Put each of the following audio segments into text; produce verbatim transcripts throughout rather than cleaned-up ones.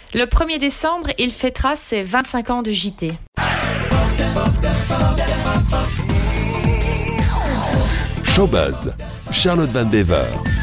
Le premier décembre, il fêtera ses vingt-cinq ans de J T. Showbuzz, Charlotte Van Bever.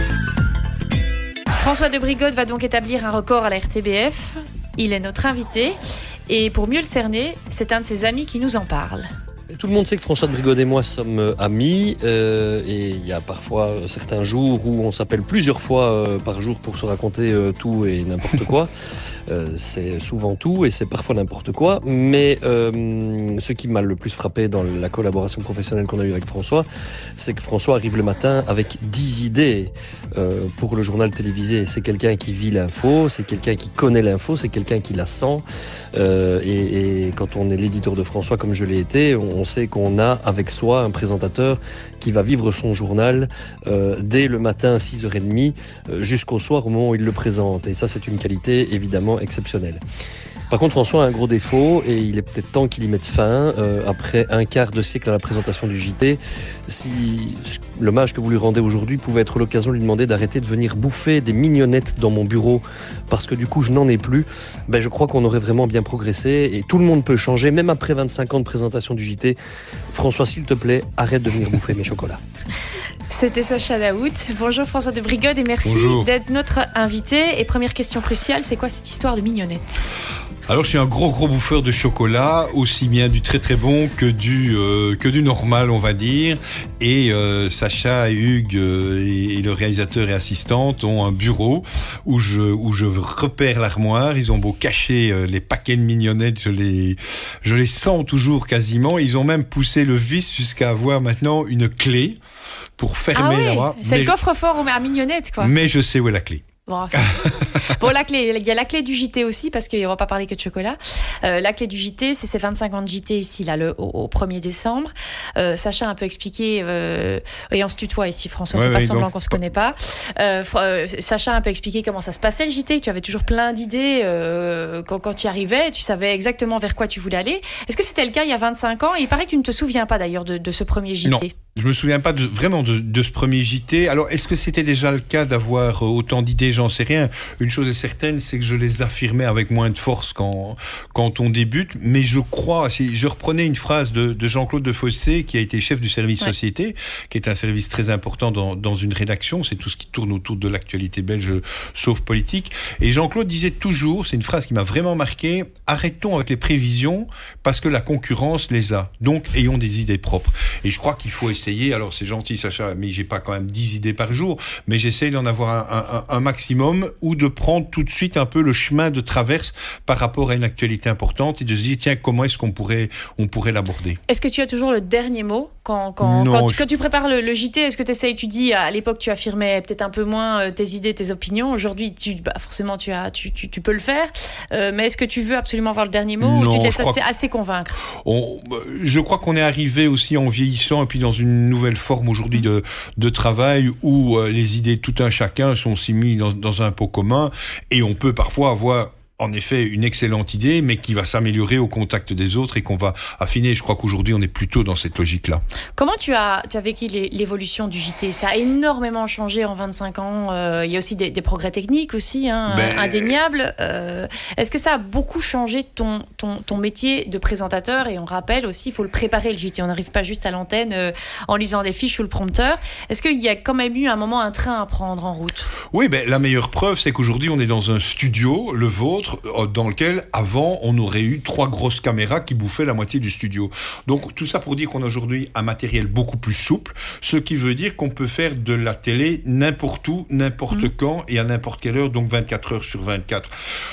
François de Brigode va donc établir un record à la R T B F. Il est notre invité. Et pour mieux le cerner, c'est un de ses amis qui nous en parle. Tout le monde sait que François de Brigode et moi sommes amis euh, et il y a parfois certains jours où on s'appelle plusieurs fois euh, par jour pour se raconter euh, tout et n'importe quoi. Euh, c'est souvent tout et c'est parfois n'importe quoi, mais euh, ce qui m'a le plus frappé dans la collaboration professionnelle qu'on a eue avec François, c'est que François arrive le matin avec dix idées euh, pour le journal télévisé. C'est quelqu'un qui vit l'info, c'est quelqu'un qui connaît l'info, c'est quelqu'un qui la sent euh, et, et quand on est l'éditeur de François comme je l'ai été, on sait qu'on a avec soi un présentateur qui va vivre son journal euh, dès le matin à six heures trente euh, jusqu'au soir au moment où il le présente, et ça c'est une qualité évidemment exceptionnelle. Par contre, François a un gros défaut et il est peut-être temps qu'il y mette fin. Euh, après un quart de siècle à la présentation du J T, si l'hommage que vous lui rendez aujourd'hui pouvait être l'occasion de lui demander d'arrêter de venir bouffer des mignonnettes dans mon bureau parce que du coup je n'en ai plus, ben je crois qu'on aurait vraiment bien progressé et tout le monde peut changer, même après vingt-cinq ans de présentation du J T. François, s'il te plaît, arrête de venir bouffer mes chocolats. C'était Sacha Daout. Bonjour François de Brigode et merci Bonjour. D'être notre invité. Et première question cruciale, c'est quoi cette histoire de mignonnettes ? Alors je suis un gros gros bouffeur de chocolat, aussi bien du très très bon que du euh, que du normal on va dire. Et euh, Sacha, Hugues euh, et, et le réalisateur et assistante ont un bureau où je où je repère l'armoire. Ils ont beau cacher euh, les paquets de mignonnettes, je les je les sens toujours quasiment. Ils ont même poussé le vice jusqu'à avoir maintenant une clé pour fermer ah oui, l'armoire. C'est mais le coffre-fort à mignonnettes quoi. Mais je sais où est la clé. Bon, ça... bon, la clé, il y a la clé du J T aussi, parce qu'on va pas parler que de chocolat. Euh, la clé du J T, c'est ces vingt-cinq ans de J T ici, là, le, au, au premier décembre. Euh, Sacha a un peu expliqué, euh, et on se tutoie ici, François, ouais, faut ouais, pas semblant donc... qu'on se connaît pas. Euh, euh, Sacha a un peu expliqué comment ça se passait le J T, que tu avais toujours plein d'idées, euh, quand, quand tu y arrivais, tu savais exactement vers quoi tu voulais aller. Est-ce que c'était le cas il y a vingt-cinq ans? Et il paraît que tu ne te souviens pas d'ailleurs de, de ce premier J T. Non. Je me souviens pas de, vraiment de, de ce premier J T. Alors, est-ce que c'était déjà le cas d'avoir autant d'idées? J'en sais rien. Une chose est certaine, c'est que je les affirmais avec moins de force quand, quand on débute. Mais je crois, si je reprenais une phrase de, de Jean-Claude Defossé, qui a été chef du service ouais. Société, qui est un service très important dans, dans une rédaction. C'est tout ce qui tourne autour de l'actualité belge, sauf politique. Et Jean-Claude disait toujours, c'est une phrase qui m'a vraiment marqué, arrêtons avec les prévisions parce que la concurrence les a. Donc, ayons des idées propres. Et je crois qu'il faut essayer. Alors c'est gentil Sacha, mais j'ai pas quand même dix idées par jour, mais j'essaye d'en avoir un, un, un maximum ou de prendre tout de suite un peu le chemin de traverse par rapport à une actualité importante et de se dire tiens comment est-ce qu'on pourrait, on pourrait l'aborder. Est-ce que tu as toujours le dernier mot quand, quand, non, quand, tu, je... quand tu prépares le, le J T? Est-ce que tu essayes, tu dis à l'époque tu affirmais peut-être un peu moins tes idées, tes opinions, aujourd'hui tu, bah, forcément tu, as, tu, tu, tu peux le faire, euh, mais est-ce que tu veux absolument avoir le dernier mot non, ou tu te laisses assez, que... assez convaincre? on, Je crois qu'on est arrivé aussi en vieillissant et puis dans une nouvelle forme aujourd'hui de, de travail où euh, les idées de tout un chacun sont aussi mises dans, dans un pot commun et on peut parfois avoir en effet une excellente idée mais qui va s'améliorer au contact des autres et qu'on va affiner. Je crois qu'aujourd'hui on est plutôt dans cette logique-là. Comment tu as, tu as vécu l'évolution du J T? Ça a énormément changé en vingt-cinq ans. Euh, il y a aussi des, des progrès techniques aussi, hein, ben... indéniables. Euh, est-ce que ça a beaucoup changé ton, ton, ton métier de présentateur? Et on rappelle aussi, il faut le préparer le J T. On n'arrive pas juste à l'antenne euh, en lisant des fiches ou le prompteur. Est-ce qu'il y a quand même eu un moment un train à prendre en route? Oui, ben, la meilleure preuve c'est qu'aujourd'hui on est dans un studio, le vôtre, dans lequel avant on aurait eu trois grosses caméras qui bouffaient la moitié du studio. Donc tout ça pour dire qu'on a aujourd'hui un matériel beaucoup plus souple, ce qui veut dire qu'on peut faire de la télé n'importe où, n'importe mmh. quand et à n'importe quelle heure, donc vingt-quatre heures sur vingt-quatre.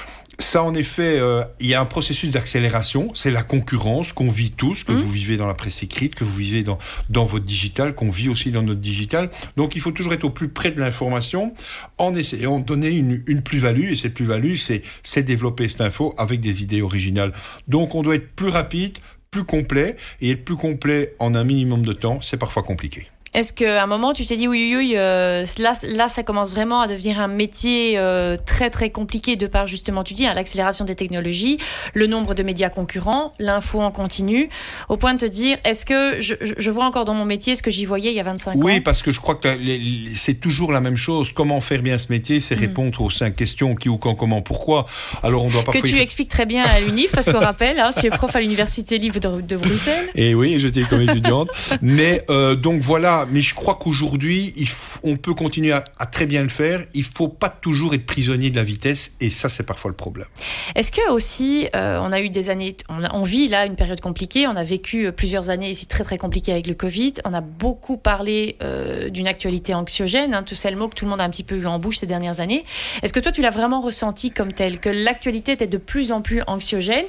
Ça, en effet, euh, il y a un processus d'accélération. C'est la concurrence qu'on vit tous, que mmh. vous vivez dans la presse écrite, que vous vivez dans, dans votre digital, qu'on vit aussi dans notre digital. Donc, il faut toujours être au plus près de l'information en essayant de donner une, une plus-value. Et cette plus-value, c'est, c'est développer cette info avec des idées originales. Donc, on doit être plus rapide, plus complet. Et être plus complet en un minimum de temps, c'est parfois compliqué. Est-ce qu'à un moment, tu t'es dit, oui, oui, oui, euh, là, là, ça commence vraiment à devenir un métier euh, très, très compliqué de par, justement, tu dis, hein, l'accélération des technologies, le nombre de médias concurrents, l'info en continu, au point de te dire, est-ce que je, je vois encore dans mon métier ce que j'y voyais il y a vingt-cinq oui, ans? Oui, parce que je crois que les, les, c'est toujours la même chose. Comment faire bien ce métier, c'est mmh. répondre aux cinq questions, qui, où, quand, comment, pourquoi. Alors, on doit parfois... Que tu expliques très bien à l'U N I F, parce qu'on rappelle, hein, tu es prof à l'Université libre de, de Bruxelles. Et oui, j'étais comme étudiante. Mais euh, donc voilà, mais je crois qu'aujourd'hui, il f- on peut continuer à, à très bien le faire. Il faut pas toujours être prisonnier de la vitesse, et ça, c'est parfois le problème. Est-ce que aussi, euh, on a eu des années, on, a, on vit là une période compliquée, on a vécu plusieurs années ici très très compliquées avec le Covid, on a beaucoup parlé euh, d'une actualité anxiogène, hein, c'est le mot que tout le monde a un petit peu eu en bouche ces dernières années. Est-ce que toi, tu l'as vraiment ressenti comme tel, que l'actualité était de plus en plus anxiogène?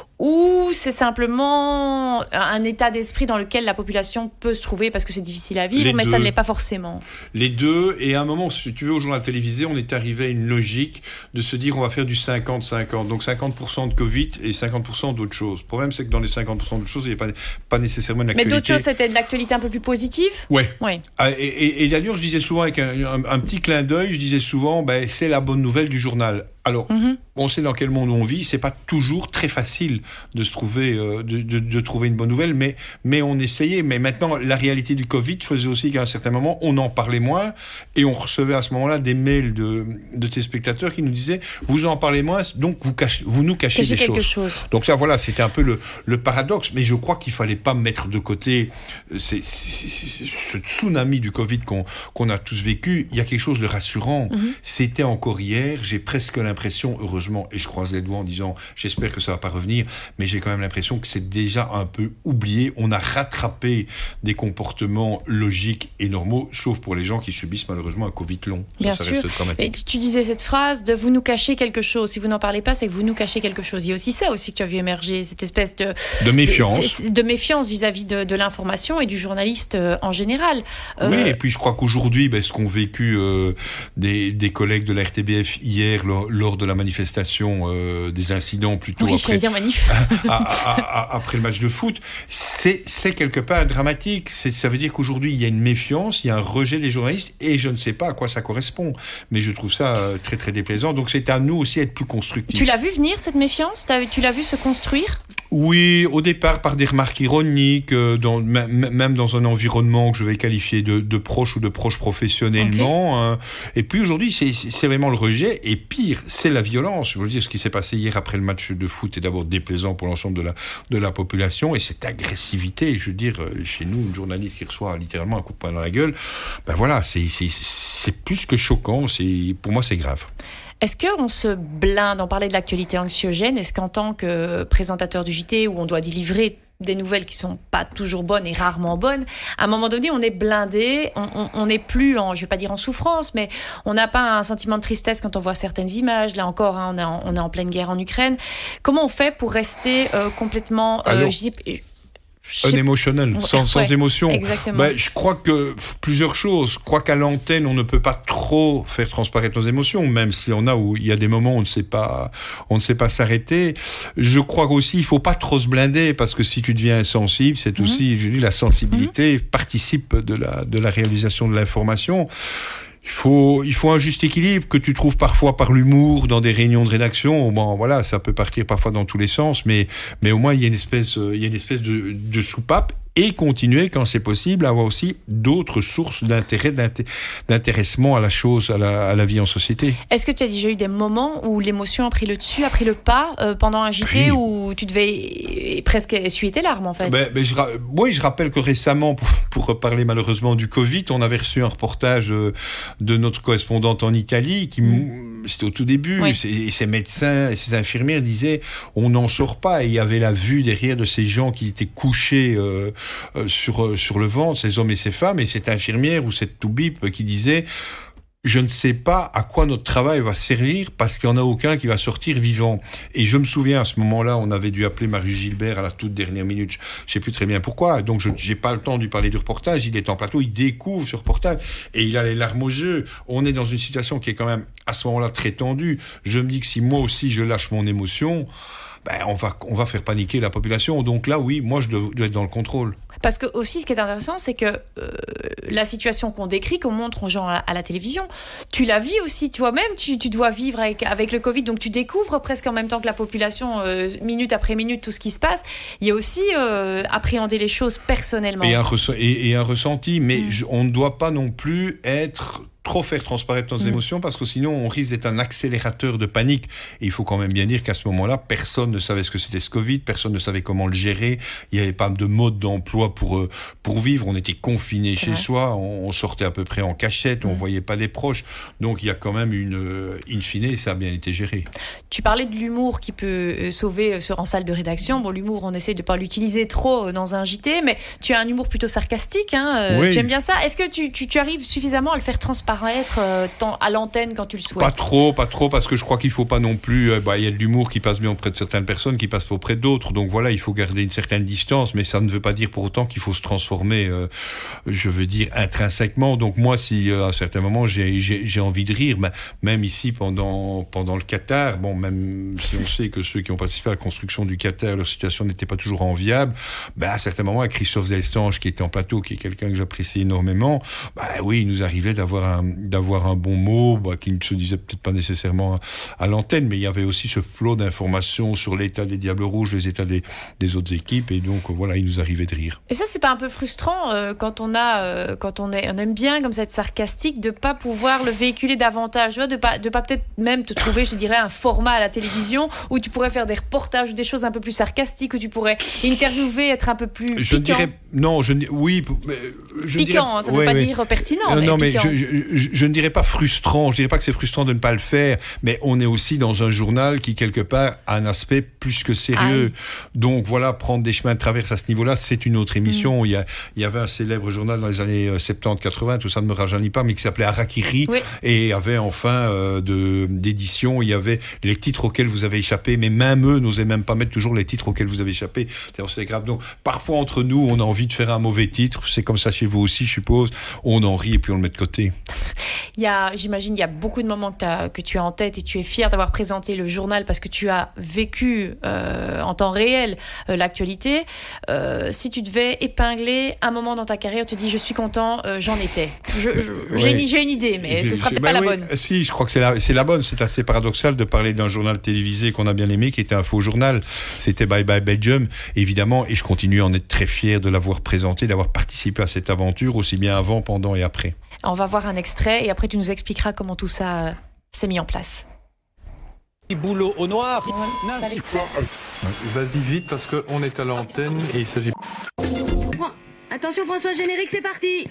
Ou c'est simplement un état d'esprit dans lequel la population peut se trouver parce que c'est difficile à vivre, les mais deux. Ça ne l'est pas forcément. Les deux, et à un moment, si tu veux, au journal télévisé, on est arrivé à une logique de se dire on va faire du cinquante cinquante. Donc cinquante pour cent de Covid et cinquante pour cent d'autres choses. Le problème, c'est que dans les cinquante pour cent d'autres choses, il n'y a pas, pas nécessairement de l'actualité. Mais d'autres choses, c'était de l'actualité un peu plus positive? Oui. Ouais. Et, et, et d'ailleurs, je disais souvent, avec un, un, un petit clin d'œil, je disais souvent, ben, c'est la bonne nouvelle du journal. Alors, mm-hmm. on sait dans quel monde on vit, c'est pas toujours très facile de se trouver, euh, de, de, de trouver une bonne nouvelle, mais, mais on essayait. Mais maintenant, la réalité du Covid faisait aussi qu'à un certain moment, on en parlait moins, et on recevait à ce moment-là des mails de, de téléspectateurs qui nous disaient, vous en parlez moins, donc vous, cachez, vous nous cachez Cachez des quelque choses. chose. Donc ça, voilà, c'était un peu le, le paradoxe, mais je crois qu'il fallait pas mettre de côté c'est, c'est, c'est, ce tsunami du Covid qu'on, qu'on a tous vécu. Il y a quelque chose de rassurant. Mm-hmm. C'était encore hier, j'ai presque l'impression, heureusement, et je croise les doigts en disant j'espère que ça va pas revenir, mais j'ai quand même l'impression que c'est déjà un peu oublié. On a rattrapé des comportements logiques et normaux, sauf pour les gens qui subissent malheureusement un Covid long. Bien ça, ça sûr. reste dramatique. Et tu disais cette phrase de vous nous cachez quelque chose. Si vous n'en parlez pas, c'est que vous nous cachez quelque chose. Il y a aussi ça aussi que tu as vu émerger, cette espèce de de méfiance, de, de méfiance vis-à-vis de, de l'information et du journaliste euh, en général. Euh... Oui, et puis je crois qu'aujourd'hui, ben, ce qu'ont vécu euh, des, des collègues de la R T B F hier lors, lors de la manifestation, euh, des incidents plutôt oui, après, dire manif. à, à, à, après le match de foot, c'est, c'est quelque part dramatique. C'est, ça veut dire qu'aujourd'hui, il y a une méfiance, il y a un rejet des journalistes, et je ne sais pas à quoi ça correspond. Mais je trouve ça euh, très, très déplaisant. Donc c'est à nous aussi d'être plus constructifs. Tu l'as vu venir, cette méfiance? Tu l'as vu se construire? Oui, au départ par des remarques ironiques, euh, dans, m- même dans un environnement que je vais qualifier de, de proche ou de proche professionnellement. Okay. Hein. Et puis aujourd'hui, c'est, c'est vraiment le rejet. Et pire, c'est la violence. Je veux dire, ce qui s'est passé hier après le match de foot est d'abord déplaisant pour l'ensemble de la, de la population. Et cette agressivité, je veux dire, chez nous, une journaliste qui reçoit littéralement un coup de poing dans la gueule, ben voilà, c'est, c'est, c'est plus que choquant. C'est, pour moi, c'est grave. Est-ce qu'on se blinde, on parlait de l'actualité anxiogène, est-ce qu'en tant que présentateur du J T, où on doit délivrer des nouvelles qui sont pas toujours bonnes et rarement bonnes, à un moment donné, on est blindé, on n'est plus en, je vais pas dire en souffrance, mais on n'a pas un sentiment de tristesse quand on voit certaines images. Là encore, hein, on, est en, on est en pleine guerre en Ukraine. Comment on fait pour rester euh, complètement... Euh, Alors... je dis, unémotionnel, sans, sans ouais, émotion. Exactement. Ben, je crois que plusieurs choses. Je crois qu'à l'antenne, on ne peut pas trop faire transparaître nos émotions, même s'il y en a où il y a des moments où on ne sait pas, on ne sait pas s'arrêter. Je crois aussi, il faut pas trop se blinder, parce que si tu deviens insensible, c'est mm-hmm. aussi, je dis, la sensibilité mm-hmm. participe de la, de la réalisation de l'information. Il faut, il faut un juste équilibre que tu trouves parfois par l'humour dans des réunions de rédaction. Bon, voilà, ça peut partir parfois dans tous les sens, mais, mais au moins il y a une espèce, il y a une espèce de, de soupape. Et continuer, quand c'est possible, à avoir aussi d'autres sources d'intérêt, d'intéressement à la chose, à la, à la vie en société. Est-ce que tu as déjà eu des moments où l'émotion a pris le dessus, a pris le pas euh, pendant un J T, oui. où tu devais presque essuyer tes larmes, en fait? ben, ben, je, Oui, je rappelle que récemment, pour, pour reparler malheureusement du Covid, on avait reçu un reportage de notre correspondante en Italie, qui, mmh. c'était au tout début, oui. et ses médecins et ses infirmières disaient « on n'en sort pas ». Et il y avait la vue derrière de ces gens qui étaient couchés euh, Euh, sur, euh, sur le ventre, ces hommes et ces femmes, et cette infirmière ou cette toubib qui disait « je ne sais pas à quoi notre travail va servir parce qu'il n'y en a aucun qui va sortir vivant ». Et je me souviens, à ce moment-là, on avait dû appeler Marius Gilbert à la toute dernière minute. Je ne sais plus très bien pourquoi. Donc, je n'ai pas le temps de lui parler du reportage. Il est en plateau, il découvre ce reportage et il a les larmes aux yeux. On est dans une situation qui est quand même, à ce moment-là, très tendue. Je me dis que si moi aussi, je lâche mon émotion... ben, on va, on va faire paniquer la population. Donc là, oui, moi, je dois, dois être dans le contrôle. Parce que aussi, ce qui est intéressant, c'est que euh, la situation qu'on décrit, qu'on montre aux gens à, à la télévision, tu la vis aussi toi-même. Tu, tu dois vivre avec, avec le Covid, donc tu découvres presque en même temps que la population, euh, minute après minute, tout ce qui se passe. Il y a aussi euh, appréhender les choses personnellement. Et un, res- et, et un ressenti, mais mmh. je, on ne doit pas non plus être... trop faire transparaître nos mmh. émotions, parce que sinon on risque d'être un accélérateur de panique. Et il faut quand même bien dire qu'à ce moment-là, personne ne savait ce que c'était ce Covid, personne ne savait comment le gérer, il n'y avait pas de mode d'emploi pour, euh, pour vivre, on était confinés chez soi, on, on sortait à peu près en cachette, mmh. on ne voyait pas les proches, donc il y a quand même une euh, in fine, et ça a bien été géré. Tu parlais de l'humour qui peut sauver sur en salle de rédaction. Bon, l'humour, on essaie de ne pas l'utiliser trop dans un J T, mais tu as un humour plutôt sarcastique, hein, oui. Tu aimes bien ça. Est-ce que tu, tu, tu arrives suffisamment à le faire transparaître Euh, à l'antenne quand tu le souhaites? Pas trop, pas trop, parce que je crois qu'il faut pas non plus. Euh, bah, il y a de l'humour qui passe bien auprès de certaines personnes, qui passe pas auprès d'autres. Donc voilà, il faut garder une certaine distance, mais ça ne veut pas dire pour autant qu'il faut se transformer. Euh, je veux dire intrinsèquement. Donc moi, si euh, à un certain moment j'ai, j'ai, j'ai envie de rire, bah, même ici pendant pendant le Qatar, bon, même si on sait que ceux qui ont participé à la construction du Qatar, leur situation n'était pas toujours enviable, bah, à certains moments, avec Christophe Delstange qui était en plateau, qui est quelqu'un que j'apprécie énormément, bah oui, il nous arrivait d'avoir un d'avoir un bon mot, bah, qui ne se disait peut-être pas nécessairement à, à l'antenne, mais il y avait aussi ce flot d'informations sur l'état des Diables Rouges, les états des, des autres équipes, et donc voilà, il nous arrivait de rire. Et ça, c'est pas un peu frustrant euh, quand on a, euh, quand on, est, on aime bien comme ça être sarcastique, de pas pouvoir le véhiculer davantage, tu vois, de pas, de pas peut-être même te trouver, je dirais, un format à la télévision où tu pourrais faire des reportages ou des choses un peu plus sarcastiques, où tu pourrais interviewer, être un peu plus je piquant. Dirais, non, je oui, je piquant, dirais, hein, ça ne ouais, veut pas ouais. dire pertinent. Euh, mais non, piquant. mais je, je, je ne dirais pas frustrant, je dirais pas que c'est frustrant de ne pas le faire, mais on est aussi dans un journal qui, quelque part, a un aspect plus que sérieux. Ah. Donc voilà, prendre des chemins de traverse à ce niveau-là, c'est une autre émission. Mm. Il y a, il y avait un célèbre journal dans les années soixante-dix quatre-vingts, tout ça ne me rajeunit pas, mais qui s'appelait Harakiri, oui. Et avait enfin euh, de, d'édition, il y avait les titres auxquels vous avez échappé, mais même eux n'osaient même pas mettre toujours les titres auxquels vous avez échappé. C'est, c'est grave. Donc parfois, entre nous, on a envie de faire un mauvais titre, c'est comme ça chez vous aussi, je suppose, on en rit et puis on le met de côté. Il y a, j'imagine, il y a beaucoup de moments que, t'as, que tu as en tête et tu es fier d'avoir présenté le journal parce que tu as vécu euh, en temps réel euh, l'actualité. Euh, si tu devais épingler un moment dans ta carrière, tu te dis je suis content, euh, j'en étais. Je, je, j'ai, une, j'ai une idée, mais j'ai, ce sera peut-être pas ben la oui, bonne. Si, je crois que c'est la, c'est la bonne. C'est assez paradoxal de parler d'un journal télévisé qu'on a bien aimé, qui était un faux journal. C'était Bye Bye Belgium, évidemment, et je continue à en être très fier de l'avoir présenté, d'avoir participé à cette aventure, aussi bien avant, pendant et après. On va voir un extrait et après tu nous expliqueras comment tout ça euh, s'est mis en place. Boulot au noir. Ouais, Vas-y vite parce qu'on est à l'antenne et il s'agit... Attention François, générique, c'est parti.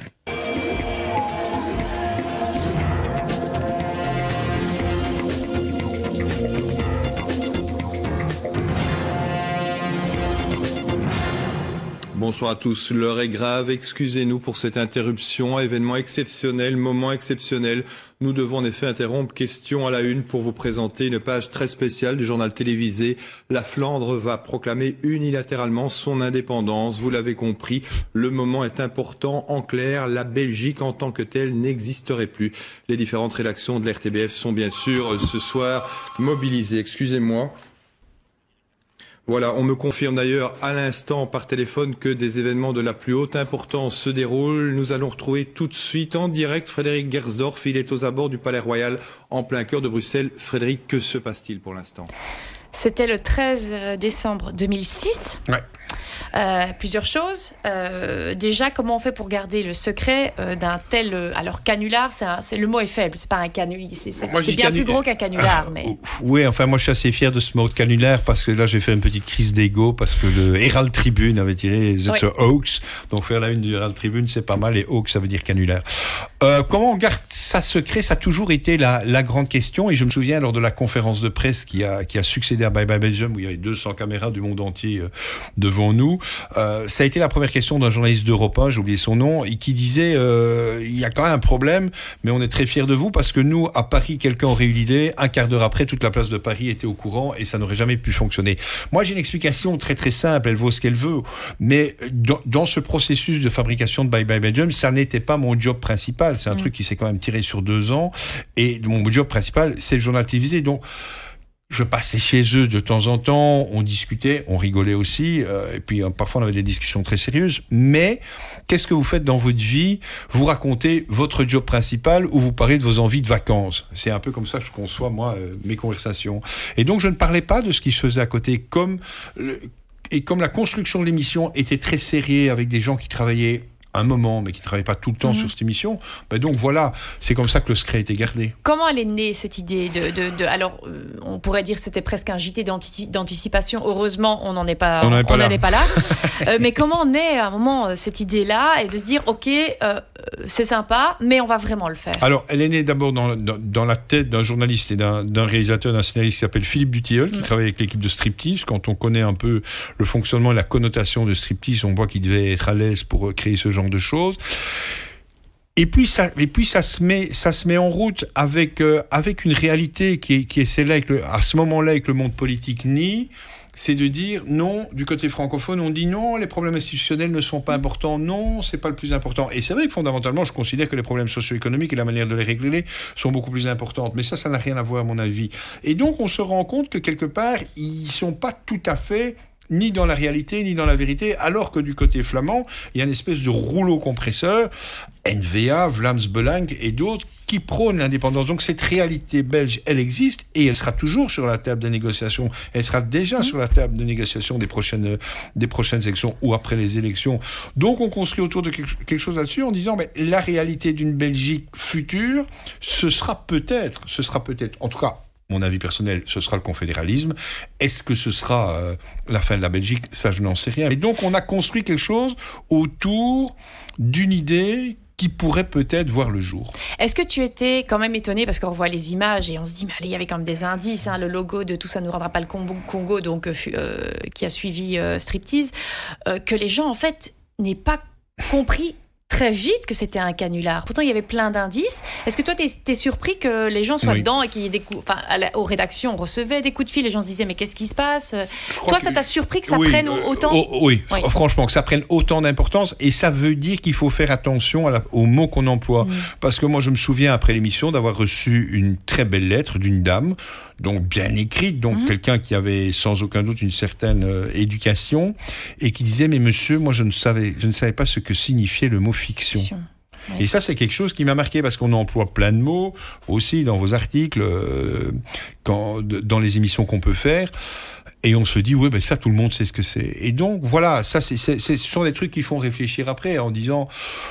Bonsoir à tous, l'heure est grave, excusez-nous pour cette interruption, événement exceptionnel, moment exceptionnel. Nous devons en effet interrompre Question à la une pour vous présenter une page très spéciale du journal télévisé. La Flandre va proclamer unilatéralement son indépendance. Vous l'avez compris, le moment est important. En clair, la Belgique en tant que telle n'existerait plus. Les différentes rédactions de l'R T B F sont bien sûr ce soir mobilisées. Excusez-moi. Voilà, on me confirme d'ailleurs à l'instant par téléphone que des événements de la plus haute importance se déroulent. Nous allons retrouver tout de suite en direct Frédéric Gersdorf. Il est aux abords du Palais Royal en plein cœur de Bruxelles. Frédéric, que se passe-t-il pour l'instant ? C'était le treize décembre deux mille six. Ouais. Euh, plusieurs choses. Euh, déjà, comment on fait pour garder le secret euh, d'un tel... Euh, alors, canular, c'est, un, c'est le mot est faible, c'est pas un canular. C'est, c'est, c'est bien canu... plus gros qu'un canular. Ah, mais... Oui, enfin, moi, je suis assez fier de ce mot de canular parce que là, je vais faire une petite crise d'ego parce que le Herald Tribune avait tiré That's oui. a hoax. Donc, faire la une du Herald Tribune, c'est pas mal. Et hoax, ça veut dire canular. Euh, comment on garde ça secret ? Ça a toujours été la, la grande question. Et je me souviens, lors de la conférence de presse qui a, qui a succédé à Bye Bye Belgium, où il y avait deux cents caméras du monde entier euh, devant nous, Euh, ça a été la première question d'un journaliste d'Europe un, j'ai oublié son nom, et qui disait euh, il y a quand même un problème, mais on est très fiers de vous parce que nous, à Paris, quelqu'un aurait eu l'idée, un quart d'heure après, toute la place de Paris était au courant et ça n'aurait jamais pu fonctionner. Moi, j'ai une explication très très simple, elle vaut ce qu'elle veut, mais dans, dans ce processus de fabrication de Bye Bye Belgium, ça n'était pas mon job principal, c'est un mmh. truc qui s'est quand même tiré sur deux ans, et mon job principal, c'est le journal télévisé, donc Je passais chez eux de temps en temps, on discutait, on rigolait aussi, euh, et puis euh, parfois on avait des discussions très sérieuses. Mais qu'est-ce que vous faites dans votre vie ? Vous racontez votre job principal ou vous parlez de vos envies de vacances. C'est un peu comme ça que je conçois, moi, euh, mes conversations. Et donc je ne parlais pas de ce qui se faisait à côté, comme le, et comme la construction de l'émission était très serrée avec des gens qui travaillaient un moment, mais qui ne travaillait pas tout le temps mmh. sur cette émission. Ben donc voilà, c'est comme ça que le secret a été gardé. Comment elle est née, cette idée de... de, de alors, euh, on pourrait dire que c'était presque un J T d'anti- d'anticipation. Heureusement, on n'en est pas, on n'en est pas on là. Est pas là. euh, mais comment naît à un moment cette idée-là et de se dire, OK, euh, c'est sympa, mais on va vraiment le faire? Alors, elle est née d'abord dans, dans, dans la tête d'un journaliste et d'un, d'un réalisateur, d'un scénariste qui s'appelle Philippe Dutilleul, qui mmh. travaille avec l'équipe de Striptease. Quand on connaît un peu le fonctionnement et la connotation de Striptease, on voit qu'il devait être à l'aise pour créer ce genre de choses. Et puis ça, et puis ça se met, ça se met en route avec euh, avec une réalité qui est qui est celle-là avec le, à ce moment-là avec le monde politique nie. C'est de dire non, du côté francophone, on dit non, les problèmes institutionnels ne sont pas importants, non, c'est pas le plus important. Et c'est vrai que fondamentalement, je considère que les problèmes socio-économiques et la manière de les régler sont beaucoup plus importantes. Mais ça, ça n'a rien à voir à mon avis. Et donc, on se rend compte que quelque part, ils sont pas tout à fait ni dans la réalité, ni dans la vérité, alors que du côté flamand, il y a une espèce de rouleau compresseur, N V A, Vlaams Belang et d'autres, qui prônent l'indépendance. Donc cette réalité belge, elle existe et elle sera toujours sur la table des négociations. Elle sera déjà mmh. sur la table de négociations des prochaines, des prochaines élections ou après les élections. Donc on construit autour de quelque, quelque chose là-dessus en disant, mais la réalité d'une Belgique future, ce sera peut-être, ce sera peut-être, en tout cas, mon avis personnel, ce sera le confédéralisme. Est-ce que ce sera euh, la fin de la Belgique ? Ça, je n'en sais rien. Et donc, on a construit quelque chose autour d'une idée qui pourrait peut-être voir le jour. Est-ce que tu étais quand même étonné, parce qu'on revoit les images et on se dit, mais allez, il y avait quand même des indices, hein, le logo de Tout ça ne nous rendra pas le Congo, donc, euh, qui a suivi euh, Striptease, euh, que les gens, en fait, n'aient pas compris très vite que c'était un canular. Pourtant, il y avait plein d'indices. Est-ce que toi, t'es, t'es surpris que les gens soient oui. dedans et qu'il y ait des coups... Enfin, à la, aux rédactions, on recevait des coups de fil, les gens se disaient, mais qu'est-ce qui se passe ? Toi, que... ça t'a surpris que ça oui, prenne autant... Euh, oh, oui, oui. F- franchement, que ça prenne autant d'importance. Et ça veut dire qu'il faut faire attention à la, aux mots qu'on emploie. Mmh. Parce que moi, je me souviens, après l'émission, d'avoir reçu une très belle lettre d'une dame, donc bien écrite, donc mmh. quelqu'un qui avait sans aucun doute une certaine euh, éducation, et qui disait, mais monsieur, moi, je ne savais, je ne savais pas ce que signifiait le mot fiction. fiction. Ouais. Et ça, c'est quelque chose qui m'a marqué parce qu'on emploie plein de mots, vous aussi dans vos articles, euh, quand, de, dans les émissions qu'on peut faire. Et on se dit, oui, ben ça, tout le monde sait ce que c'est. Et donc, voilà, ça, c'est, c'est, c'est, ce sont des trucs qui font réfléchir après en disant,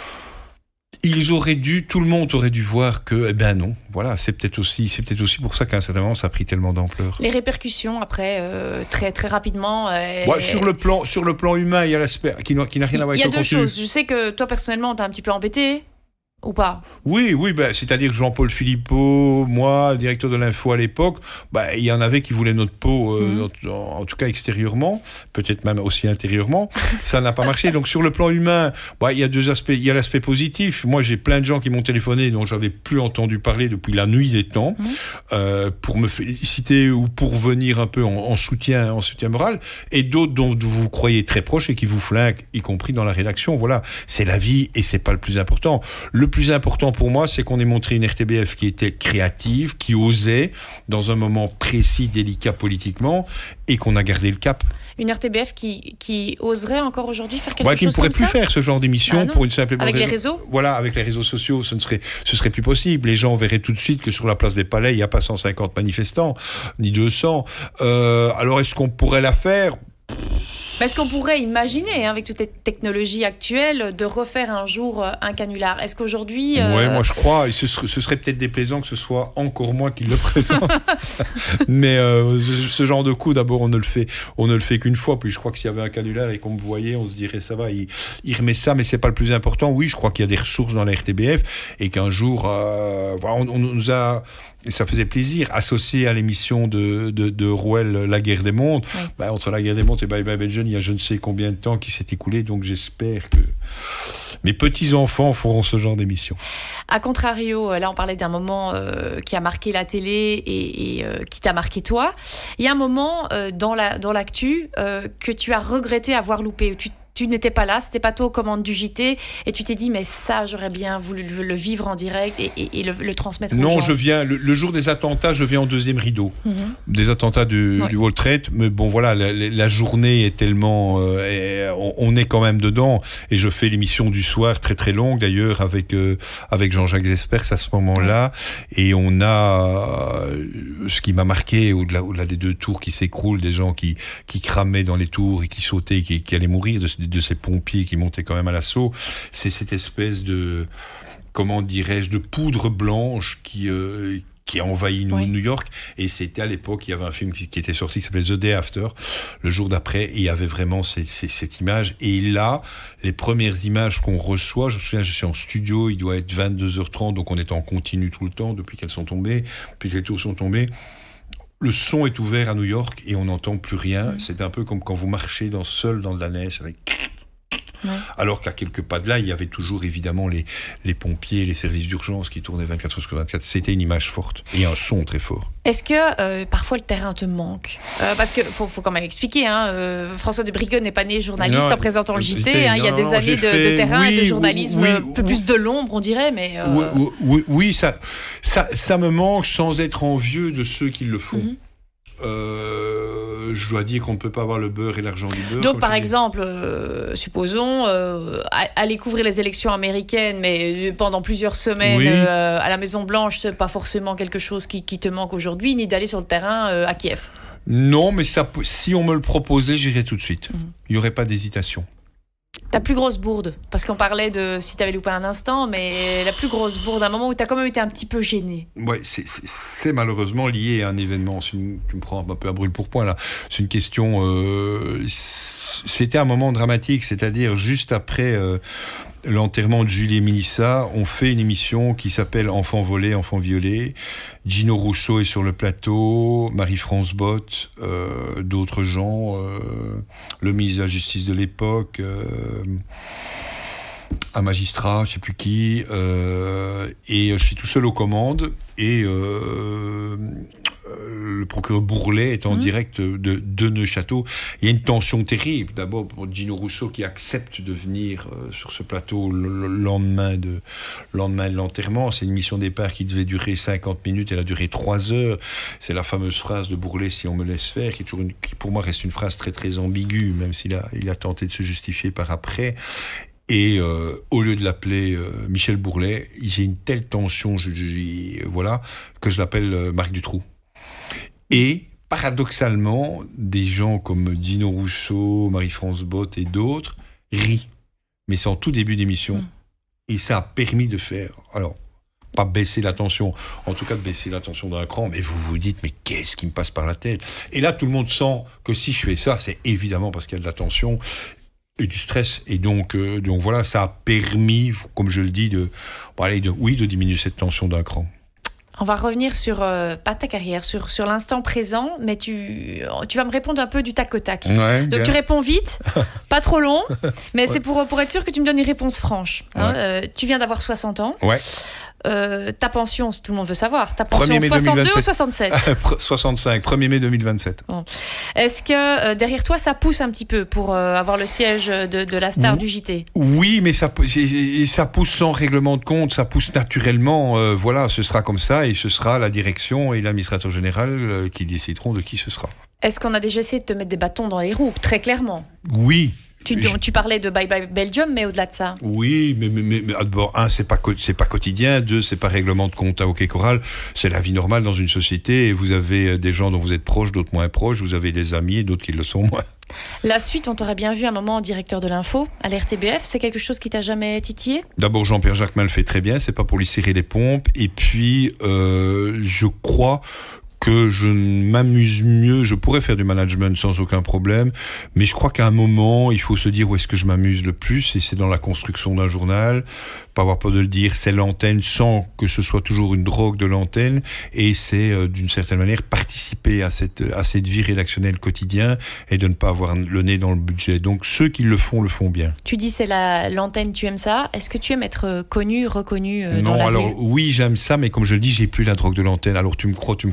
ils auraient dû, tout le monde aurait dû voir que, eh ben non, voilà, c'est peut-être aussi, c'est peut-être aussi pour ça qu'à un certain moment, ça a pris tellement d'ampleur. Les répercussions après, euh, très très rapidement. Euh, ouais, sur le plan, sur le plan humain, il y a l'aspect qui, qui n'a rien à voir avec le contenu. Il y a deux choses. Je sais que toi personnellement, t'as un petit peu embêté. Ou pas ? Oui, oui, ben, c'est-à-dire que Jean-Paul Philippot, moi, le directeur de l'info à l'époque, ben, il y en avait qui voulaient notre peau, euh, mmh. notre, en, en tout cas extérieurement, peut-être même aussi intérieurement. Ça n'a pas marché. Donc sur le plan humain, ben, il y a deux aspects. Il y a l'aspect positif. Moi, j'ai plein de gens qui m'ont téléphoné dont j'avais plus entendu parler depuis la nuit des temps, mmh. euh, pour me féliciter ou pour venir un peu en, en soutien, en soutien moral, et d'autres dont vous croyez très proches et qui vous flinguent, y compris dans la rédaction. Voilà, c'est la vie et c'est pas le plus important. Le Le plus important pour moi, c'est qu'on ait montré une R T B F qui était créative, qui osait, dans un moment précis, délicat politiquement, et qu'on a gardé le cap. Une R T B F qui, qui oserait encore aujourd'hui faire quelque ouais, chose qui ne pourrait comme plus ça faire ce genre d'émission ah pour une simple avec raison. les réseaux. Voilà, avec les réseaux sociaux, ce ne serait, ce serait plus possible. Les gens verraient tout de suite que sur la place des Palais, il n'y a pas cent cinquante manifestants, ni deux cents. Euh, alors, est-ce qu'on pourrait la faire ? Est-ce qu'on pourrait imaginer, hein, avec toutes les technologies actuelles, de refaire un jour euh, un canular ? Est-ce qu'aujourd'hui... Euh... Oui, moi je crois. Et ce, serait, ce serait peut-être déplaisant que ce soit encore moi qui le présente. Mais euh, ce, ce genre de coup, d'abord, on ne le fait, on ne le fait qu'une fois. Puis je crois que s'il y avait un canular et qu'on me voyait, on se dirait, ça va, il, il remet ça, mais c'est pas le plus important. Oui, je crois qu'il y a des ressources dans la R T B F et qu'un jour, euh, on, on nous a... Et ça faisait plaisir, associé à l'émission de, de, de Rouel, La Guerre des Mondes. Oui. Ben, entre La Guerre des Mondes et Bye Bye Belgium, il y a je ne sais combien de temps qui s'est écoulé, donc j'espère que mes petits-enfants feront ce genre d'émission. A contrario, là on parlait d'un moment euh, qui a marqué la télé et, et euh, qui t'a marqué toi. Il y a un moment euh, dans, la, dans l'actu euh, que tu as regretté avoir loupé. Tu tu n'étais pas là, c'était pas toi aux commandes du J T, et tu t'es dit, mais ça, j'aurais bien voulu le, le vivre en direct et, et, et le, le transmettre aux gens. Non, je viens, le, le jour des attentats, je viens en deuxième rideau. Mm-hmm. Des attentats du, ouais. du World Trade, mais bon, voilà, la, la journée est tellement... Euh, on, on est quand même dedans, et je fais l'émission du soir, très très longue d'ailleurs, avec, euh, avec Jean-Jacques Vespers à ce moment-là, ouais. et on a... Euh, ce qui m'a marqué, au-delà, au-delà des deux tours qui s'écroulent, des gens qui, qui cramaient dans les tours et qui sautaient, qui, qui allaient mourir, de, de ces pompiers qui montaient quand même à l'assaut, c'est cette espèce de, comment dirais-je, de poudre blanche qui, euh, qui a envahi New, oui. New York. Et c'était à l'époque, il y avait un film qui, qui était sorti qui s'appelait The Day After, le jour d'après, et il y avait vraiment ces, ces, cette image. Et là, les premières images qu'on reçoit, je me souviens, je suis en studio, il doit être vingt-deux heures trente, donc on est en continu tout le temps depuis qu'elles sont tombées, depuis que les tours sont tombées. Le son est ouvert à New York et on n'entend plus rien. Mmh. C'est un peu comme quand vous marchez dans, seul dans de la neige avec... Ouais. Alors qu'à quelques pas de là, il y avait toujours évidemment les, les pompiers, les services d'urgence qui tournaient vingt-quatre heures sur vingt-quatre. C'était une image forte et un son très fort. Est-ce que euh, parfois le terrain te manque euh, Parce qu'il faut, faut quand même expliquer, hein, euh, François de Briggon n'est pas né journaliste non, en présentant le J T. Hein, non, il y a des non, années de, fait, de terrain oui, et de journalisme, oui, oui, peu plus de l'ombre, on dirait. Mais euh... oui, oui, oui, oui ça, ça, ça me manque sans être envieux de ceux qui le font. Mm-hmm. Euh, je dois dire qu'on ne peut pas avoir le beurre et l'argent du beurre. Donc, par exemple, euh, supposons, euh, aller couvrir les élections américaines, mais pendant plusieurs semaines oui. euh, à la Maison-Blanche, c'est pas forcément quelque chose qui, qui te manque aujourd'hui, ni d'aller sur le terrain euh, à Kiev. Non, mais ça, si on me le proposait, j'irais tout de suite. Mmh. Il n'y aurait pas d'hésitation. Ta plus grosse bourde, parce qu'on parlait de si tu avais loupé un instant, mais la plus grosse bourde, un moment où tu as quand même été un petit peu gêné. Oui, c'est, c'est, c'est malheureusement lié à un événement. C'est une, tu me prends un peu à brûle-pourpoint là. C'est une question. Euh, c'était un moment dramatique, c'est-à-dire juste après euh, l'enterrement de Julie et Mélissa, on fait une émission qui s'appelle Enfants volés, enfants violés. Gino Rousseau est sur le plateau, Marie-France Bott, euh, d'autres gens, euh, le ministre de la Justice de l'époque, euh, un magistrat, je ne sais plus qui, euh, et je suis tout seul aux commandes, et euh, le procureur Bourlet est en mmh. direct de, de Neuchâteau. Il y a une tension terrible. D'abord pour Gino Rousseau qui accepte de venir euh, sur ce plateau le, le lendemain, de, lendemain de l'enterrement. C'est une mission départ qui devait durer cinquante minutes. Elle a duré trois heures. C'est la fameuse phrase de Bourlet, si on me laisse faire, qui, est toujours une, qui pour moi reste une phrase très très ambiguë, même s'il a, il a tenté de se justifier par après. Et euh, au lieu de l'appeler euh, Michel Bourlet, j'ai une telle tension, je, je, voilà, que je l'appelle euh, Marc Dutroux. Et paradoxalement, des gens comme Dino Rousseau, Marie-France Bott et d'autres rient. Mais c'est en tout début d'émission. Mmh. Et ça a permis de faire, alors, pas baisser la tension, en tout cas de baisser la tension d'un cran, mais vous vous dites, mais qu'est-ce qui me passe par la tête ? Et là, tout le monde sent que si je fais ça, c'est évidemment parce qu'il y a de la tension et du stress. Et donc, euh, donc voilà, ça a permis, comme je le dis, de, bon, allez, de, oui, de diminuer cette tension d'un cran. On va revenir sur, euh, pas ta carrière, sur, sur l'instant présent, mais tu, tu vas me répondre un peu du tac au tac. Ouais, donc bien. Tu réponds vite, pas trop long, mais ouais. c'est pour, pour être sûr que tu me donnes une réponse franche. Hein. Ouais. Euh, tu viens d'avoir soixante ans. Ouais. Euh, ta pension, tout le monde veut savoir, ta pension soixante-deux ou soixante-sept soixante-cinq, premier mai deux mille vingt-sept. Bon. Est-ce que euh, derrière toi, ça pousse un petit peu pour euh, avoir le siège de, de la star oui, du J T ? Oui, mais ça, ça pousse sans règlement de compte, ça pousse naturellement. Euh, voilà, ce sera comme ça et ce sera la direction et l'administrateur général euh, qui décideront de qui ce sera. Est-ce qu'on a déjà essayé de te mettre des bâtons dans les roues, très clairement ? Oui. Tu, tu parlais de Bye Bye Belgium, mais au-delà de ça. Oui, mais, mais, mais, mais d'abord, un, c'est pas, c'est pas quotidien. Deux, c'est pas règlement de compte à hockey choral. C'est la vie normale dans une société. Et vous avez des gens dont vous êtes proches, d'autres moins proches. Vous avez des amis et d'autres qui le sont moins. La suite, on t'aurait bien vu un moment en directeur de l'info à l'R T B F. C'est quelque chose qui t'a jamais titillé ? D'abord, Jean-Pierre Jacquemin le fait très bien. C'est pas pour lui serrer les pompes. Et puis, euh, je crois que je m'amuse mieux, je pourrais faire du management sans aucun problème, mais je crois qu'à un moment, il faut se dire où est-ce que je m'amuse le plus, et c'est dans la construction d'un journal, pas avoir peur de le dire, c'est l'antenne sans que ce soit toujours une drogue de l'antenne, et c'est euh, d'une certaine manière participer à cette, à cette vie rédactionnelle quotidien et de ne pas avoir le nez dans le budget. Donc ceux qui le font, le font bien. Tu dis c'est la, l'antenne, tu aimes ça. Est-ce que tu aimes être connu, reconnu euh, Non, dans la alors rue ? Oui, j'aime ça, mais comme je le dis, j'ai plus la drogue de l'antenne. Alors tu me crois, tu me crois pas,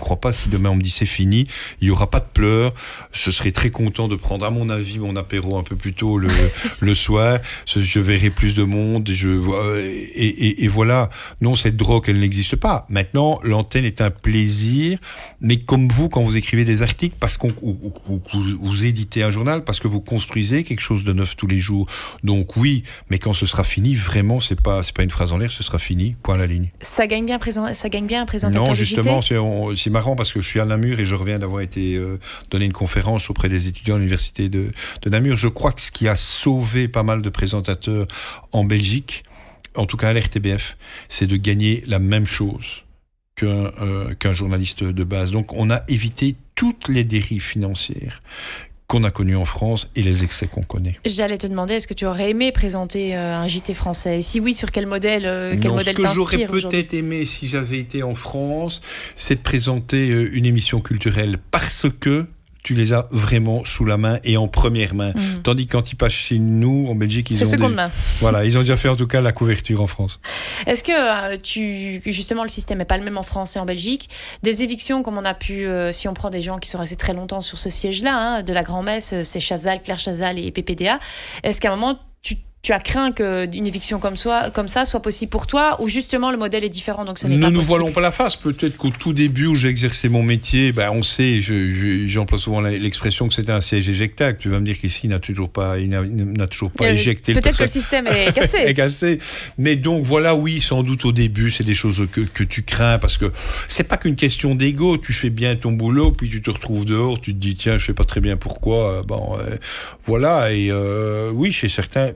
si demain on me dit c'est fini, il y aura pas de pleurs. Je serai très content de prendre, à mon avis, mon apéro un peu plus tôt le, le soir. Je verrai plus de monde. Je, et, et, et voilà. Non, cette drogue, elle n'existe pas. Maintenant, l'antenne est un plaisir, mais comme vous, quand vous écrivez des articles, parce qu'on ou, ou, ou, vous, vous éditez un journal, parce que vous construisez quelque chose de neuf tous les jours. Donc oui, mais quand ce sera fini, vraiment, c'est pas, c'est pas une phrase en l'air, ce sera fini. Point à la ligne. Ça gagne bien, présent, ça gagne bien un présentateur non, de J T. Non, justement, c'est, on, c'est marrant parce que je suis à Namur et je reviens d'avoir été euh, donner une conférence auprès des étudiants à l'université de, de Namur. Je crois que ce qui a sauvé pas mal de présentateurs en Belgique, en tout cas à l'R T B F, c'est de gagner la même chose qu'un, euh, qu'un journaliste de base. Donc on a évité toutes les dérives financières qu'on a connues en France et les excès qu'on connaît. J'allais te demander, est-ce que tu aurais aimé présenter euh, un J T français ? Et si oui, sur quel modèle, euh, quel non, modèle ce que j'aurais t'inspire peut-être aimé si j'avais été en France, c'est de présenter euh, une émission culturelle parce que tu les as vraiment sous la main et en première main. Mmh. Tandis que quand ils passent chez nous, en Belgique, ils c'est ont seconde des... main. Voilà, ils ont déjà fait en tout cas la couverture en France. Est-ce que euh, tu, justement, le système n'est pas le même en France et en Belgique ? Des évictions, comme on a pu, euh, si on prend des gens qui sont restés très longtemps sur ce siège-là, hein, de la grand-messe, c'est Chazal, Claire Chazal et P P D A. Est-ce qu'à un moment, tu Tu as craint qu'une éviction comme, soi, comme ça soit possible pour toi, ou justement le modèle est différent, donc ce n'est ne pas nous possible. voilons pas la face. Peut-être qu'au tout début où j'ai exercé mon métier, ben on sait, je, je, j'emploie souvent l'expression que c'était un siège éjectable. Tu vas me dire qu'ici, il n'a toujours pas, il n'a, il n'a toujours pas euh, éjecté. Peut-être le que le système est cassé. est cassé. Mais donc voilà, oui, sans doute au début, c'est des choses que, que tu crains parce que c'est pas qu'une question d'ego. Tu fais bien ton boulot, puis tu te retrouves dehors, tu te dis tiens, je sais pas très bien pourquoi. Bon, euh, voilà. Et euh, oui, chez certains.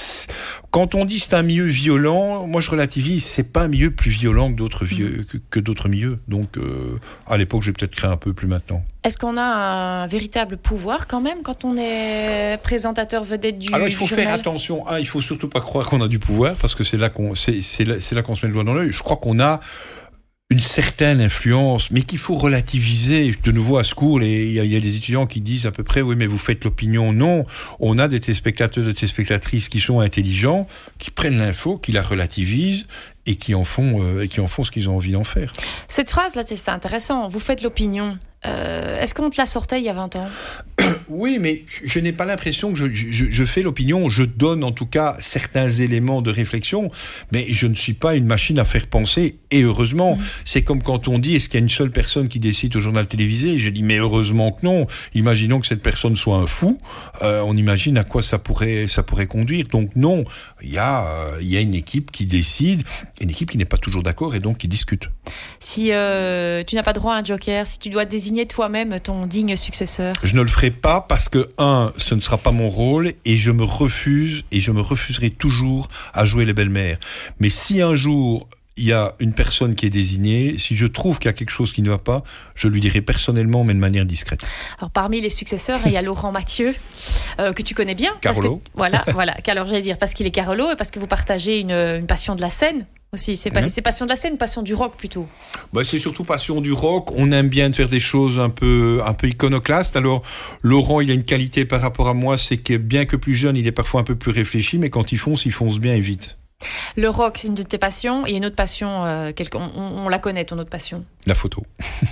Quand on dit c'est un milieu violent, moi je relativise, c'est pas un milieu plus violent que d'autres, vieux, que, que d'autres milieux. Donc euh, à l'époque, j'ai peut-être créé un peu plus maintenant. Est-ce qu'on a un véritable pouvoir quand même quand on est présentateur vedette du Alors il faut du journal ? faire attention. Un, il faut surtout pas croire qu'on a du pouvoir parce que c'est là qu'on, c'est, c'est là, c'est là qu'on se met le doigt dans l'œil. Je crois qu'on a une certaine influence, mais qu'il faut relativiser. De nouveau, à ce cours, il y, y a des étudiants qui disent à peu près, oui, mais vous faites l'opinion. Non, on a des téléspectateurs, des téléspectatrices qui sont intelligents, qui prennent l'info, qui la relativisent et qui en font, euh, et qui en font ce qu'ils ont envie d'en faire. Cette phrase-là, c'est intéressant. Vous faites l'opinion. Euh, est-ce qu'on te la sortait il y a vingt ans ? Oui, mais je n'ai pas l'impression que je, je, je fais l'opinion. Je donne en tout cas certains éléments de réflexion, mais je ne suis pas une machine à faire penser. Et heureusement, mmh. c'est comme quand on dit est-ce qu'il y a une seule personne qui décide au journal télévisé ? Je dis mais heureusement que non. Imaginons que cette personne soit un fou. Euh, on imagine à quoi ça pourrait, ça pourrait conduire. Donc non, il y a, euh, il y a une équipe qui décide, une équipe qui n'est pas toujours d'accord et donc qui discute. Si euh, tu n'as pas droit à un joker, si tu dois désigner toi-même ton digne successeur ? Je ne le ferai pas parce que, un, ce ne sera pas mon rôle et je me refuse et je me refuserai toujours à jouer les belles-mères. Mais si un jour il y a une personne qui est désignée, si je trouve qu'il y a quelque chose qui ne va pas, je lui dirai personnellement, mais de manière discrète. Alors parmi les successeurs, il y a Laurent Mathieu, euh, que tu connais bien. Carolo. Que, voilà, voilà. Alors j'allais dire parce qu'il est Carolo et parce que vous partagez une, une passion de la scène. Aussi, c'est, pas, mmh. c'est passion de la scène, passion du rock plutôt. Bah, c'est surtout passion du rock. On aime bien faire des choses un peu, un peu iconoclastes. Alors, Laurent, il a une qualité par rapport à moi, c'est que bien que plus jeune, il est parfois un peu plus réfléchi, mais quand il fonce, il fonce bien et vite. Le rock, c'est une de tes passions, et une autre passion, euh, quelque, on, on la connaît, ton autre passion. La photo.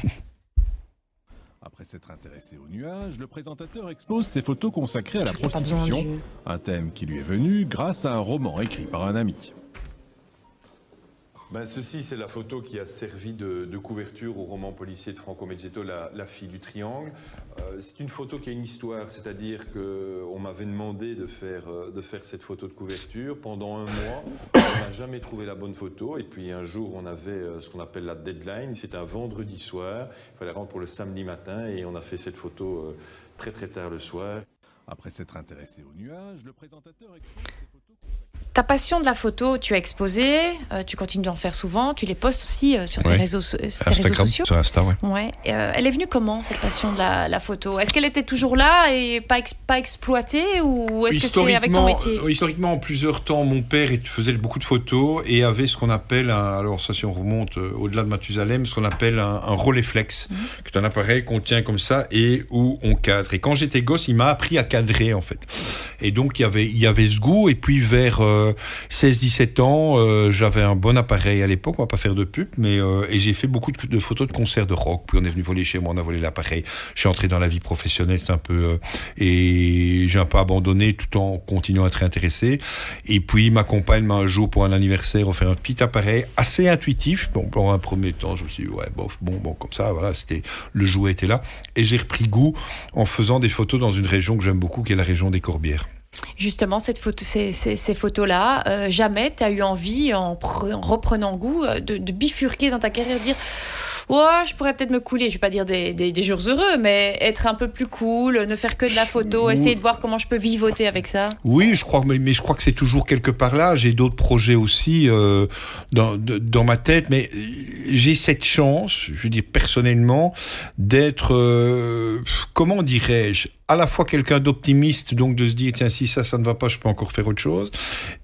Après s'être intéressé aux nuages, le présentateur expose ses photos consacrées à la prostitution, un thème qui lui est venu grâce à un roman écrit par un ami. Ben, ceci, c'est la photo qui a servi de, de couverture au roman policier de Franco Meggetto, la, la fille du triangle. Euh, c'est une photo qui a une histoire, c'est-à-dire qu'on m'avait demandé de faire, de faire cette photo de couverture. Pendant un mois, on n'a jamais trouvé la bonne photo. Et puis un jour, on avait ce qu'on appelle la deadline. C'était un vendredi soir. Il fallait rendre pour le samedi matin. Et on a fait cette photo très très tard le soir. Après s'être intéressé aux nuages, le présentateur expose ses photos. Ta passion de la photo, tu as exposé, euh, tu continues d'en faire souvent, tu les postes aussi euh, sur tes, ouais. réseaux, tes Instagram, réseaux sociaux. Sur Insta, ouais. Ouais. Euh, elle est venue comment, cette passion de la, la photo ? Est-ce qu'elle était toujours là et pas, ex, pas exploitée ou est-ce que c'est avec ton métier ? Historiquement, en plusieurs temps, mon père faisait beaucoup de photos et avait ce qu'on appelle, un, alors ça si on remonte euh, au-delà de Mathusalem, ce qu'on appelle un, un Rolleiflex, mmh. qui est un appareil qu'on tient comme ça et où on cadre. Et quand j'étais gosse, il m'a appris à cadrer en fait. Et donc il y avait, il y avait ce goût et puis vers... Euh, euh, seize dix-sept ans, euh, j'avais un bon appareil à l'époque, on va pas faire de pub, mais euh, et j'ai fait beaucoup de, de photos de concerts de rock. Puis on est venu voler chez moi, on a volé l'appareil. Je suis entré dans la vie professionnelle, c'est un peu euh, et j'ai un peu abandonné tout en continuant à être intéressé. Et puis ma compagne m'a un jour pour un anniversaire offert un petit appareil assez intuitif. Bon, pour un premier temps, je me suis dit ouais, bof, bon, bon, comme ça, voilà, c'était le jouet était là. Et j'ai repris goût en faisant des photos dans une région que j'aime beaucoup, qui est la région des Corbières. Justement, cette photo, ces, ces, ces photos-là, euh, jamais tu as eu envie, en, pre, en reprenant goût, de, de bifurquer dans ta carrière, de dire ouais, je pourrais peut-être me couler, je vais pas dire des, des, des jours heureux, mais être un peu plus cool, ne faire que de la photo, oui. Essayer de voir comment je peux vivoter avec ça. Oui, je crois, mais, mais je crois que c'est toujours quelque part là. J'ai d'autres projets aussi euh, dans, de, dans ma tête, mais j'ai cette chance, je veux dire personnellement, d'être, euh, comment dirais-je, à la fois quelqu'un d'optimiste, donc de se dire tiens, si ça, ça ne va pas, je peux encore faire autre chose.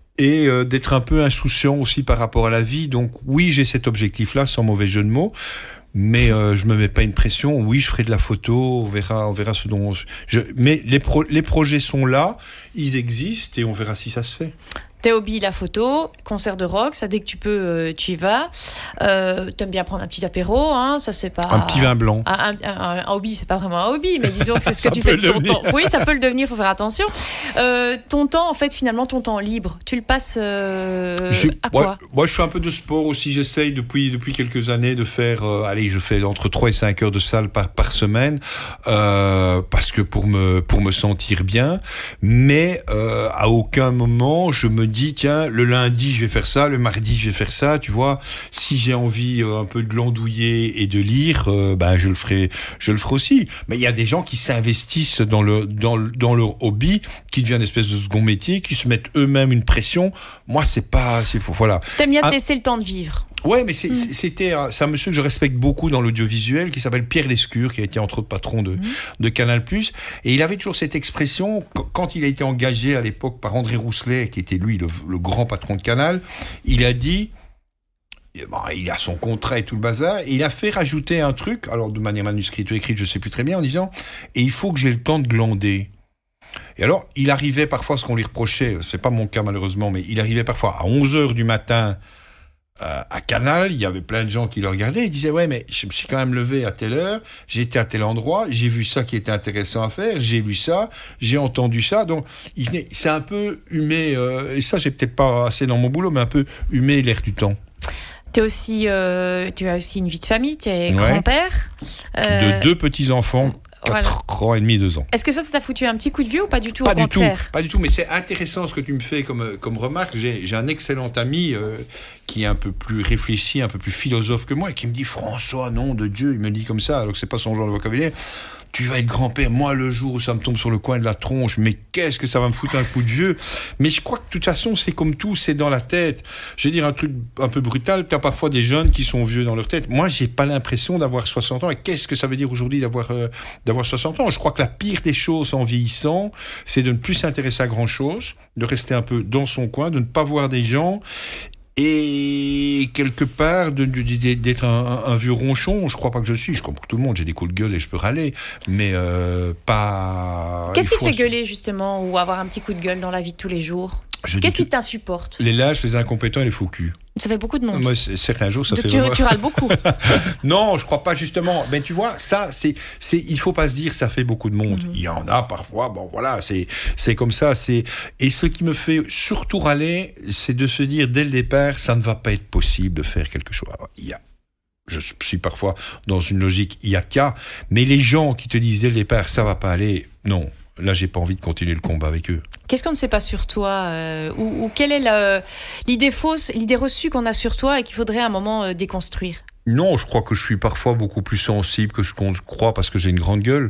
Et euh, d'être un peu insouciant aussi par rapport à la vie. Donc oui, j'ai cet objectif-là, sans mauvais jeu de mots, mais euh, je me mets pas une pression. Oui, je ferai de la photo, on verra, on verra ce dont... On... Je... Mais les, pro... les projets sont là, ils existent, et on verra si ça se fait. Tes hobbies, la photo, concert de rock, ça dès que tu peux, euh, tu y vas. Euh, t'aimes bien prendre un petit apéro, hein, ça c'est pas... Un petit vin blanc. Un, un, un, un hobby, c'est pas vraiment un hobby, mais disons que c'est ce que tu fais de ton temps. Oui, ça peut le devenir, faut faire attention. Euh, ton temps, en fait, finalement, ton temps libre, tu le passes euh, je, à quoi? Moi, moi, je fais un peu de sport aussi, j'essaye depuis, depuis quelques années de faire... Euh, allez, je fais entre trois et cinq heures de salle par, par semaine, euh, parce que pour me, pour me sentir bien, mais euh, à aucun moment, je me dis tiens, le lundi je vais faire ça, le mardi je vais faire ça, tu vois, si j'ai envie euh, un peu de glandouiller et de lire, euh, ben je le ferai, je le ferai aussi. Mais il y a des gens qui s'investissent dans le dans dans leur hobby, qui devient une espèce de second métier, qui se mettent eux-mêmes une pression. Moi c'est pas, c'est faux, voilà. T'aimes bien te ah, laisser le temps de vivre. Ouais, mais c'est, mmh. c'était c'est un monsieur que je respecte beaucoup dans l'audiovisuel qui s'appelle Pierre Lescure, qui a été entre autres patron de, mmh. de Canal+. Et il avait toujours cette expression, quand il a été engagé à l'époque par André Rousselet, qui était lui le, le grand patron de Canal, il a dit, bon, il a son contrat et tout le bazar, et il a fait rajouter un truc, alors de manière manuscrite ou écrite, je sais plus très bien, en disant, et il faut que j'ai le temps de glander. Et alors, il arrivait parfois, ce qu'on lui reprochait, c'est pas mon cas malheureusement, mais il arrivait parfois à onze heures du matin, Euh, à Canal, il y avait plein de gens qui le regardaient, ils disaient ouais mais je me suis quand même levé à telle heure, j'étais à tel endroit, j'ai vu ça qui était intéressant à faire, j'ai lu ça, j'ai entendu ça, donc il venait, c'est un peu humé, euh, et ça j'ai peut-être pas assez dans mon boulot, mais un peu humé l'air du temps. T'es aussi, euh, tu as aussi une vie de famille, tu es ouais. grand-père. Euh... De deux petits-enfants. quatre ans et demi, deux ans. Est-ce que ça, ça t'a foutu un petit coup de vieux ou pas du tout, pas au du contraire? tout, Pas du tout, mais c'est intéressant ce que tu me fais comme, comme remarque. J'ai, j'ai un excellent ami euh, qui est un peu plus réfléchi, un peu plus philosophe que moi, et qui me dit « François, nom de Dieu », il me dit comme ça, alors que c'est pas son genre de vocabulaire. Tu vas être grand-père, moi le jour où ça me tombe sur le coin de la tronche, mais qu'est-ce que ça va me foutre un coup de vieux. Mais je crois que de toute façon c'est comme tout, c'est dans la tête. Je vais dire un truc un peu brutal, t'as parfois des jeunes qui sont vieux dans leur tête. Moi j'ai pas l'impression d'avoir soixante ans, et qu'est-ce que ça veut dire aujourd'hui d'avoir, euh, d'avoir soixante ans? Je crois que la pire des choses en vieillissant, c'est de ne plus s'intéresser à grand-chose, de rester un peu dans son coin, de ne pas voir des gens, et quelque part de, de, de, d'être un, un, un vieux ronchon. Je crois pas que je suis, je comprends tout le monde, j'ai des coups de gueule et je peux râler, mais euh, pas... Qu'est-ce qui te fait gueuler justement, ou avoir un petit coup de gueule dans la vie de tous les jours? Je Qu'est-ce qui tout... t'insupporte? Les lâches, les incompétents et les faux culs. Ça fait beaucoup de monde. Moi, certains jours, ça de, fait... Tu, tu râles beaucoup. Non, je crois pas justement. Mais tu vois, ça, c'est, c'est, il faut pas se dire ça fait beaucoup de monde. Mm-hmm. Il y en a parfois, bon voilà, c'est, c'est comme ça. C'est... Et ce qui me fait surtout râler, c'est de se dire dès le départ, ça ne va pas être possible de faire quelque chose. Alors, il y a... Je suis parfois dans une logique, il y a qu'à. Mais les gens qui te disent dès le départ, ça va pas aller, non. Là, j'ai pas envie de continuer le combat avec eux. Qu'est-ce qu'on ne sait pas sur toi euh, ou, ou quelle est la, l'idée fausse, l'idée reçue qu'on a sur toi et qu'il faudrait à un moment euh, déconstruire? Non, je crois que je suis parfois beaucoup plus sensible que ce qu'on croit parce que j'ai une grande gueule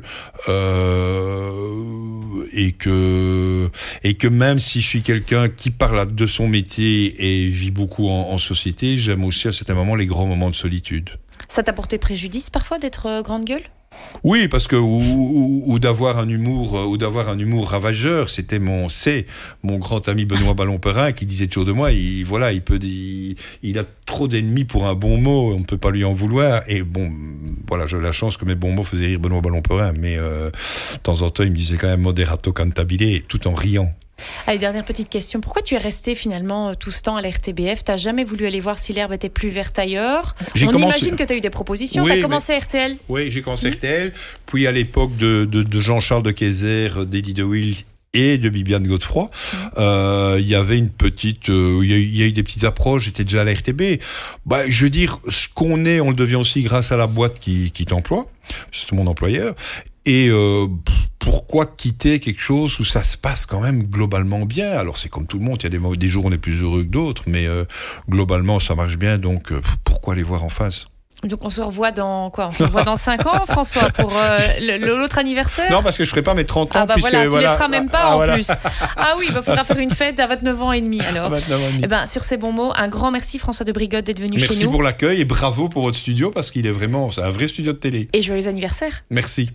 euh, et que et que même si je suis quelqu'un qui parle de son métier et vit beaucoup en, en société, j'aime aussi à certains moments les grands moments de solitude. Ça t'a porté préjudice parfois d'être euh, grande gueule? Oui, parce que ou, ou, ou d'avoir un humour ou d'avoir un humour ravageur, c'était mon c'est mon grand ami Benoît Ballon-Perrin qui disait toujours de moi, il voilà, il peut il, il a trop d'ennemis pour un bon mot, on ne peut pas lui en vouloir. Et bon, voilà, j'ai la chance que mes bons mots faisaient rire Benoît Ballon-Perrin, mais euh, de temps en temps, il me disait quand même moderato cantabile, tout en riant. Allez, dernière petite question. Pourquoi tu es resté finalement tout ce temps à la R T B F ? Tu n'as jamais voulu aller voir si l'herbe était plus verte ailleurs ? J'ai On commencé- imagine que tu as eu des propositions. Oui, tu as mais- commencé à R T L. Oui, j'ai commencé R T L, puis à l'époque de, de, de Jean-Charles de Kayser, d'Eddie De Wilde et de Bibiane Godefroy, euh, il y avait une petite, euh, il y a eu- il y, a eu des petites approches. J'étais déjà à la R T B. Bah, je veux dire, ce qu'on est, on le devient aussi grâce à la boîte qui, qui t'emploie. C'est mon employeur. Et euh, pff, pourquoi quitter quelque chose où ça se passe quand même globalement bien ? Alors c'est comme tout le monde, il y a des, mo- des jours où on est plus heureux que d'autres, mais euh, globalement ça marche bien, donc euh, pourquoi les voir en face ? Donc on se revoit dans quoi ? On se revoit dans cinq ans, François, pour euh, le- le- l'autre anniversaire ? Non, parce que je ferai pas mes trente ans, Ah bah puisque voilà, tu voilà. les feras même pas Ah, en voilà. plus. Ah oui, il bah, faudra faire une fête à vingt-neuf ans et demi alors. vingt-neuf ans et demi. Eh ben, sur ces bons mots, un grand merci François de Brigode d'être venu Merci chez nous. pour l'accueil et bravo pour votre studio, parce qu'il est vraiment, c'est un vrai studio de télé. Et joyeux anniversaire. Merci.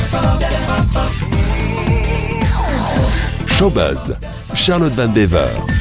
Showbuzz, Charlotte Van Bever.